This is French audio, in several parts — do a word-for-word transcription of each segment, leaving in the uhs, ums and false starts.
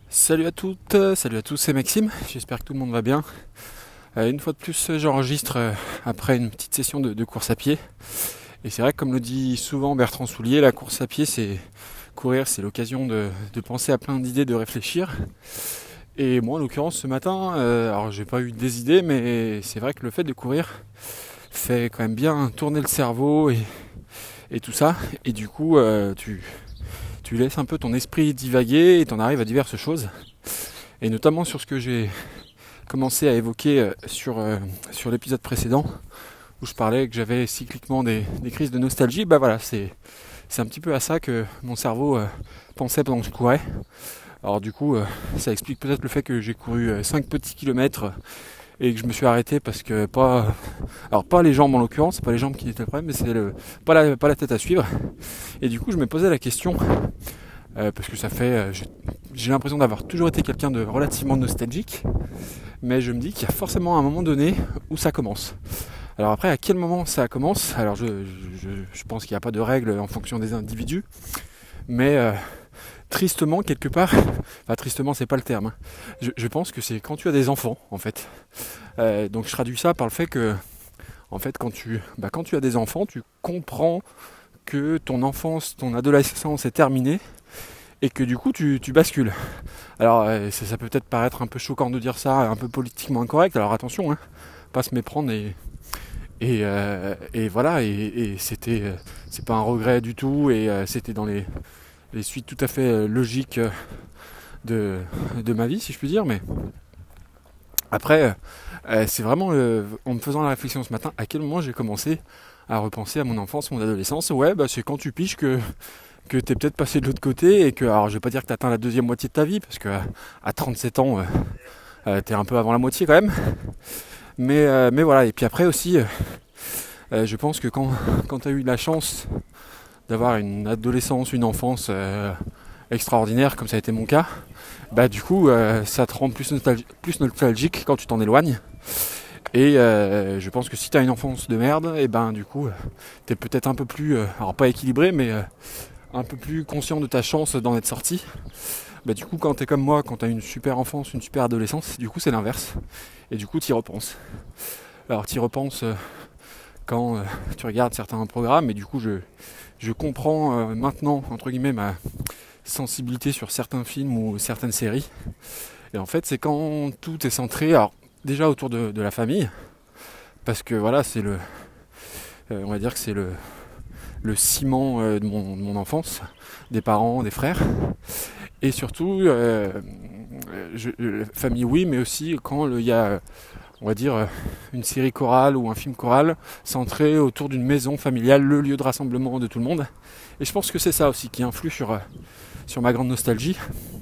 Salut à toutes, salut à tous, c'est Maxime, j'espère que tout le monde va bien. Euh, une fois de plus, j'enregistre euh, après une petite session de, de course à pied. Et c'est vrai que comme le dit souvent Bertrand Soulier, la course à pied, c'est courir, c'est l'occasion de, de penser à plein d'idées, de réfléchir. Et moi, en l'occurrence, ce matin, euh, alors j'ai pas eu des idées, mais c'est vrai que le fait de courir fait quand même bien tourner le cerveau et, et tout ça. Et du coup, euh, tu... Tu laisses un peu ton esprit divaguer et t'en arrives à diverses choses. Et notamment sur ce que j'ai commencé à évoquer sur, euh, sur l'épisode précédent, où je parlais que j'avais cycliquement des, des crises de nostalgie. Bah voilà, c'est, c'est un petit peu à ça que mon cerveau euh, pensait pendant que je courais. Alors du coup, euh, ça explique peut-être le fait que j'ai couru cinq petits kilomètres et que je me suis arrêté parce que pas... Alors pas les jambes en l'occurrence, c'est pas les jambes qui étaient le problème, mais c'est le, pas, la, pas la tête à suivre. Et du coup je me posais la question, euh, parce que ça fait... Euh, j'ai, j'ai l'impression d'avoir toujours été quelqu'un de relativement nostalgique, mais je me dis qu'il y a forcément un moment donné où ça commence. Alors après, à quel moment ça commence ? Alors je, je, je pense qu'il n'y a pas de règle en fonction des individus, mais... Euh, tristement quelque part, enfin tristement c'est pas le terme, hein. je, je pense que c'est quand tu as des enfants en fait. Euh, donc je traduis ça par le fait que en fait quand tu, bah, quand tu as des enfants, tu comprends que ton enfance, ton adolescence est terminée et que du coup tu, tu bascules. Alors euh, ça, ça peut peut-être paraître un peu choquant de dire ça, un peu politiquement incorrect, alors attention, hein, pas se méprendre et Et, euh, et voilà, et, et c'était, euh, c'est pas un regret du tout, et euh, c'était dans les, les suites tout à fait euh, logiques de, de ma vie, si je puis dire. Mais après, euh, c'est vraiment euh, en me faisant la réflexion ce matin, à quel moment j'ai commencé à repenser à mon enfance, mon adolescence. Ouais, bah c'est quand tu piges que que t'es peut-être passé de l'autre côté et que, alors je vais pas dire que t'atteins la deuxième moitié de ta vie, parce que à trente-sept ans, euh, euh, t'es un peu avant la moitié quand même. Mais, euh, mais voilà, et puis après aussi, euh, je pense que quand, quand tu as eu la chance d'avoir une adolescence, une enfance euh, extraordinaire, comme ça a été mon cas, bah du coup, euh, ça te rend plus, nostalgi- plus nostalgique quand tu t'en éloignes. Et euh, je pense que si tu as une enfance de merde, et ben du coup, tu es peut-être un peu plus, euh, alors pas équilibré, mais euh, un peu plus conscient de ta chance d'en être sorti. Bah du coup quand t'es comme moi, quand t'as une super enfance, une super adolescence, du coup c'est l'inverse. Et du coup t'y repenses. Alors t'y repenses euh, quand euh, tu regardes certains programmes, et du coup je, je comprends euh, maintenant, entre guillemets, ma sensibilité sur certains films ou certaines séries. Et en fait c'est quand tout est centré, alors déjà autour de, de la famille, parce que voilà c'est le, euh, on va dire que c'est le, le ciment euh, de, mon, de mon enfance, des parents, des frères. Et surtout, euh, je, famille oui, mais aussi quand il y a, on va dire, une série chorale ou un film choral centré autour d'une maison familiale, le lieu de rassemblement de tout le monde. Et je pense que c'est ça aussi qui influe sur, sur ma grande nostalgie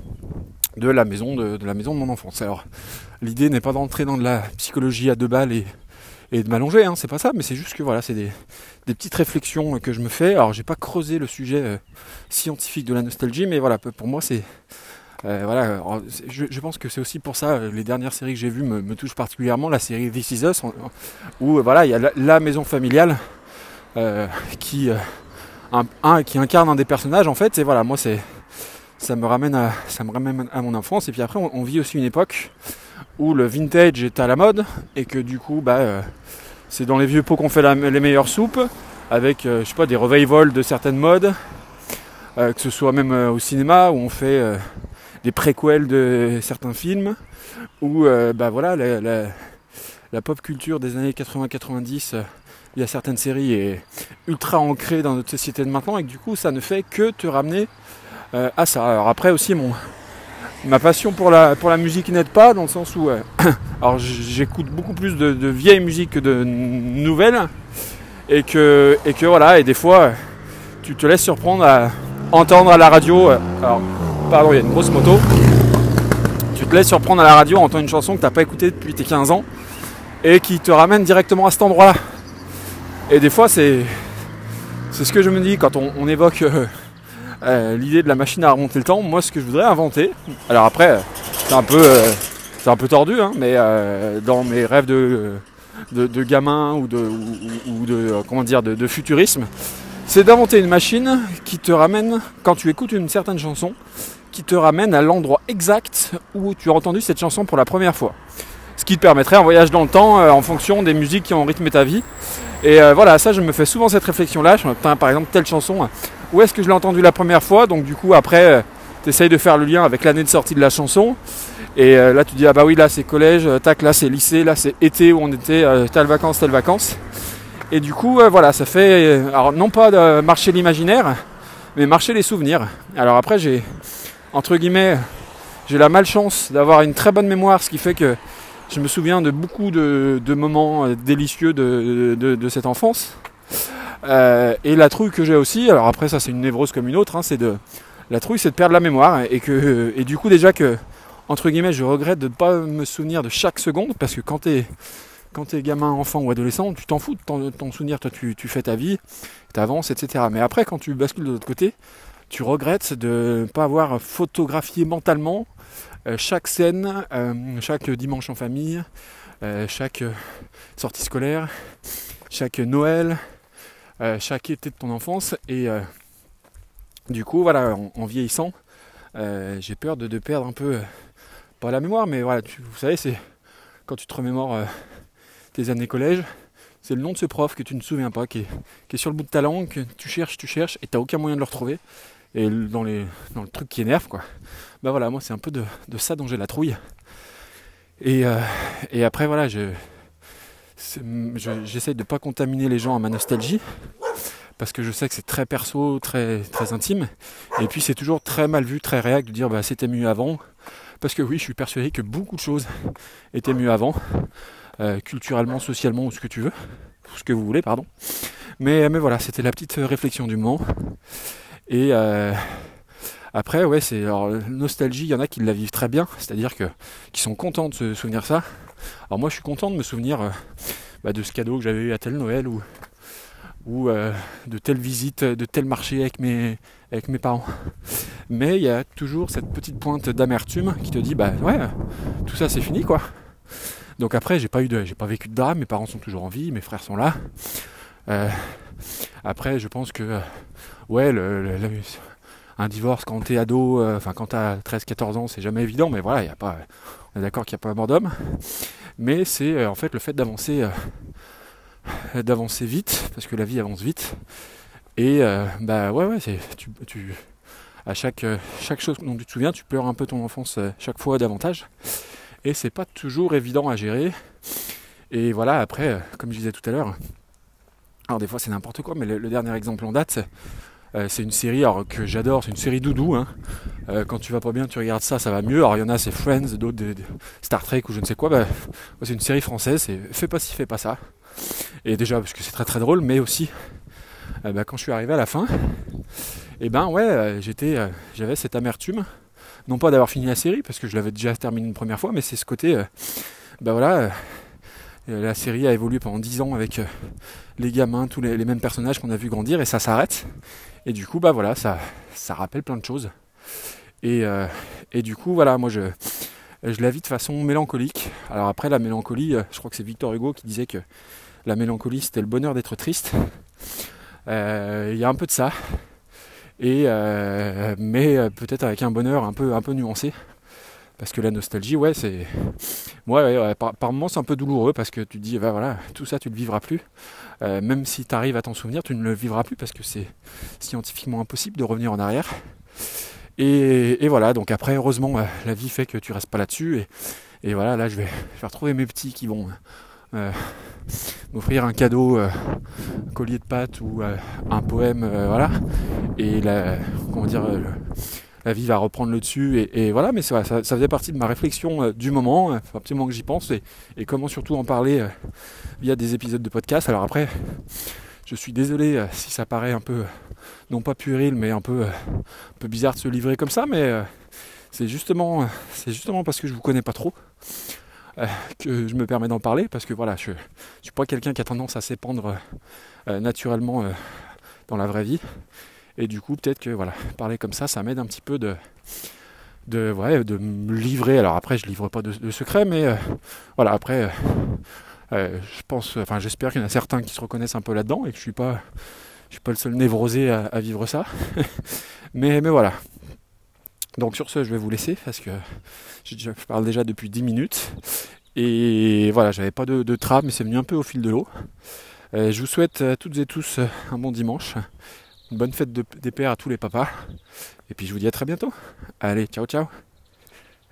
de la maison de, de la maison de mon enfance. Alors, l'idée n'est pas d'entrer dans de la psychologie à deux balles et, et de m'allonger, hein, c'est pas ça, mais c'est juste que voilà, c'est des, des petites réflexions que je me fais. Alors j'ai pas creusé le sujet euh, scientifique de la nostalgie, mais voilà, pour moi c'est euh, voilà, alors, je, je pense que c'est aussi pour ça euh, les dernières séries que j'ai vues me, me touchent particulièrement. La série This Is Us, où euh, voilà, il y a la, la maison familiale euh, qui euh, un, un, qui incarne un des personnages en fait. Et voilà, moi c'est ça me ramène à ça me ramène à mon enfance. Et puis après on, on vit aussi une époque où le vintage est à la mode et que du coup bah euh, c'est dans les vieux pots qu'on fait la, les meilleures soupes, avec euh, je sais pas des revivals de certaines modes, euh, que ce soit même euh, au cinéma où on fait euh, des préquels de certains films, où euh, bah voilà la, la, la pop culture des années quatre-vingts quatre-vingt-dix, euh, il y a certaines séries est ultra ancrée dans notre société de maintenant, et que du coup ça ne fait que te ramener euh, à ça. Alors après aussi mon Ma passion pour la, pour la musique n'aide pas, dans le sens où euh, alors j'écoute beaucoup plus de, de vieilles musiques que de nouvelles, et que, et que voilà, et des fois tu te laisses surprendre à entendre à la radio, euh, alors pardon, il y a une grosse moto, tu te laisses surprendre à la radio à entendre une chanson que tu n'as pas écoutée depuis tes quinze ans et qui te ramène directement à cet endroit-là. Et des fois c'est, c'est ce que je me dis quand on, on évoque euh, Euh, l'idée de la machine à remonter le temps. Moi ce que je voudrais inventer, alors après c'est un peu euh, c'est un peu tordu, hein, mais euh, dans mes rêves de, de, de gamin ou de, ou, ou de euh, comment dire de, de futurisme, c'est d'inventer une machine qui te ramène, quand tu écoutes une certaine chanson, qui te ramène à l'endroit exact où tu as entendu cette chanson pour la première fois. Ce qui te permettrait un voyage dans le temps euh, en fonction des musiques qui ont rythmé ta vie. Et euh, voilà, ça je me fais souvent cette réflexion-là. Je me dis, par exemple, telle chanson, où est-ce que je l'ai entendue la première fois? Donc du coup, après, euh, tu essayes de faire le lien avec l'année de sortie de la chanson. Et euh, là, tu dis, ah bah oui, là c'est collège, euh, tac, là c'est lycée, là c'est été où on était, euh, telle vacances, telle vacances. Et du coup, euh, voilà, ça fait, euh, alors non pas de marcher l'imaginaire, mais marcher les souvenirs. Alors après, j'ai, entre guillemets, j'ai la malchance d'avoir une très bonne mémoire, ce qui fait que je me souviens de beaucoup de, de moments délicieux de, de, de cette enfance. Euh, et la trouille que j'ai aussi, alors après ça c'est une névrose comme une autre, hein, c'est de, la trouille c'est de perdre la mémoire. Et, que, et du coup déjà que, entre guillemets, je regrette de ne pas me souvenir de chaque seconde, parce que quand t'es, quand t'es gamin, enfant ou adolescent, tu t'en fous de ton, ton souvenir, toi tu, tu fais ta vie, t'avances, et cetera. Mais après quand tu bascules de l'autre côté, tu regrettes de ne pas avoir photographié mentalement euh, chaque scène, euh, chaque dimanche en famille, euh, chaque euh, sortie scolaire, chaque Noël, euh, chaque été de ton enfance. Et euh, du coup, voilà, en, en vieillissant, euh, j'ai peur de, de perdre un peu, euh, pas la mémoire, mais voilà, tu, vous savez, c'est quand tu te remémores euh, tes années collège, c'est le nom de ce prof que tu ne te souviens pas, qui est, qui est sur le bout de ta langue, que tu cherches, tu cherches, et tu n'as aucun moyen de le retrouver. Et dans, les, dans le truc qui énerve, quoi. Bah voilà, moi c'est un peu de, de ça dont j'ai la trouille. Et, euh, et après, voilà, je, je, j'essaye de ne pas contaminer les gens à ma nostalgie, parce que je sais que c'est très perso, très, très intime. Et puis c'est toujours très mal vu, très réac de dire bah c'était mieux avant. Parce que oui, je suis persuadé que beaucoup de choses étaient mieux avant, euh, culturellement, socialement, ou ce que tu veux, ce que vous voulez, pardon. Mais, mais voilà, c'était la petite réflexion du moment. Et euh, après, ouais, c'est alors nostalgie, il y en a qui la vivent très bien, c'est-à-dire que qui sont contents de se souvenir ça. Alors moi, je suis content de me souvenir euh, bah, de ce cadeau que j'avais eu à tel Noël ou ou euh, de telle visite, de tel marché avec mes avec mes parents. Mais il y a toujours cette petite pointe d'amertume qui te dit bah ouais, tout ça c'est fini quoi. Donc après, j'ai pas eu de, j'ai pas vécu de drame, mes parents sont toujours en vie, mes frères sont là. Euh, après, je pense que euh, ouais, le, le, le, un divorce quand t'es ado, euh, enfin quand t'as treize quatorze ans, c'est jamais évident, mais voilà, y a pas, on est d'accord qu'il n'y a pas mort d'homme. Mais c'est euh, en fait le fait d'avancer, euh, d'avancer vite, parce que la vie avance vite. Et euh, bah ouais, ouais, c'est, tu, tu, à chaque, euh, chaque chose dont tu te souviens, tu pleures un peu ton enfance euh, chaque fois davantage. Et c'est pas toujours évident à gérer. Et voilà, après, euh, comme je disais tout à l'heure, alors des fois c'est n'importe quoi, mais le, le dernier exemple en date, c'est, euh, c'est une série alors, que j'adore, c'est une série doudou. Hein. Euh, quand tu vas pas bien, tu regardes ça, ça va mieux. Alors il y en a, c'est Friends, d'autres de, de Star Trek ou je ne sais quoi. Bah, c'est une série française, c'est fais pas ci, fais pas ça. Et déjà parce que c'est très très drôle, mais aussi euh, bah, quand je suis arrivé à la fin, et ben ouais, euh, j'étais, euh, j'avais cette amertume, non pas d'avoir fini la série parce que je l'avais déjà terminée une première fois, mais c'est ce côté, euh, bah voilà. Euh, La série a évolué pendant dix ans avec les gamins, tous les, les mêmes personnages qu'on a vu grandir, et ça s'arrête. Et du coup, bah voilà, ça, ça rappelle plein de choses. Et, euh, et du coup, voilà, moi je, je la vis de façon mélancolique. Alors après, la mélancolie, je crois que c'est Victor Hugo qui disait que la mélancolie c'était le bonheur d'être triste. Il euh, y a un peu de ça, et euh, mais peut-être avec un bonheur un peu, un peu nuancé. Parce que la nostalgie, ouais, c'est. Ouais, ouais, ouais, par, par moments, c'est un peu douloureux parce que tu te dis, bah voilà, tout ça, tu ne le vivras plus. Euh, même si tu arrives à t'en souvenir, tu ne le vivras plus parce que c'est scientifiquement impossible de revenir en arrière. Et, et voilà, donc après, heureusement, la vie fait que tu restes pas là-dessus. Et, et voilà, là, je vais, je vais retrouver mes petits qui vont euh, m'offrir un cadeau, euh, un collier de pâtes ou euh, un poème, euh, voilà. Et la, comment dire. Euh, la vie va reprendre le dessus et, et voilà, mais ça, ça, ça faisait partie de ma réflexion euh, du moment, euh, un petit moment que j'y pense, et, et comment surtout en parler euh, via des épisodes de podcast. Alors après, je suis désolé euh, si ça paraît un peu, non pas puéril, mais un peu, euh, un peu bizarre de se livrer comme ça, mais euh, c'est justement, euh, c'est justement parce que je vous connais pas trop euh, que je me permets d'en parler, parce que voilà, je, je suis pas quelqu'un qui a tendance à s'épandre euh, naturellement euh, dans la vraie vie. Et du coup, peut-être que voilà, parler comme ça, ça m'aide un petit peu de, de, ouais, de me livrer. Alors après, je livre pas de, de secret, mais euh, voilà, après, euh, euh, je pense, enfin, j'espère qu'il y en a certains qui se reconnaissent un peu là-dedans et que je suis pas, je suis pas le seul névrosé à, à vivre ça. mais, mais voilà. Donc sur ce, je vais vous laisser parce que je parle déjà depuis dix minutes. Et voilà, j'avais pas de, de trame, mais c'est venu un peu au fil de l'eau. Euh, je vous souhaite à toutes et tous un bon dimanche. Une bonne fête de, des pères à tous les papas. Et puis je vous dis à très bientôt. Allez, ciao ciao.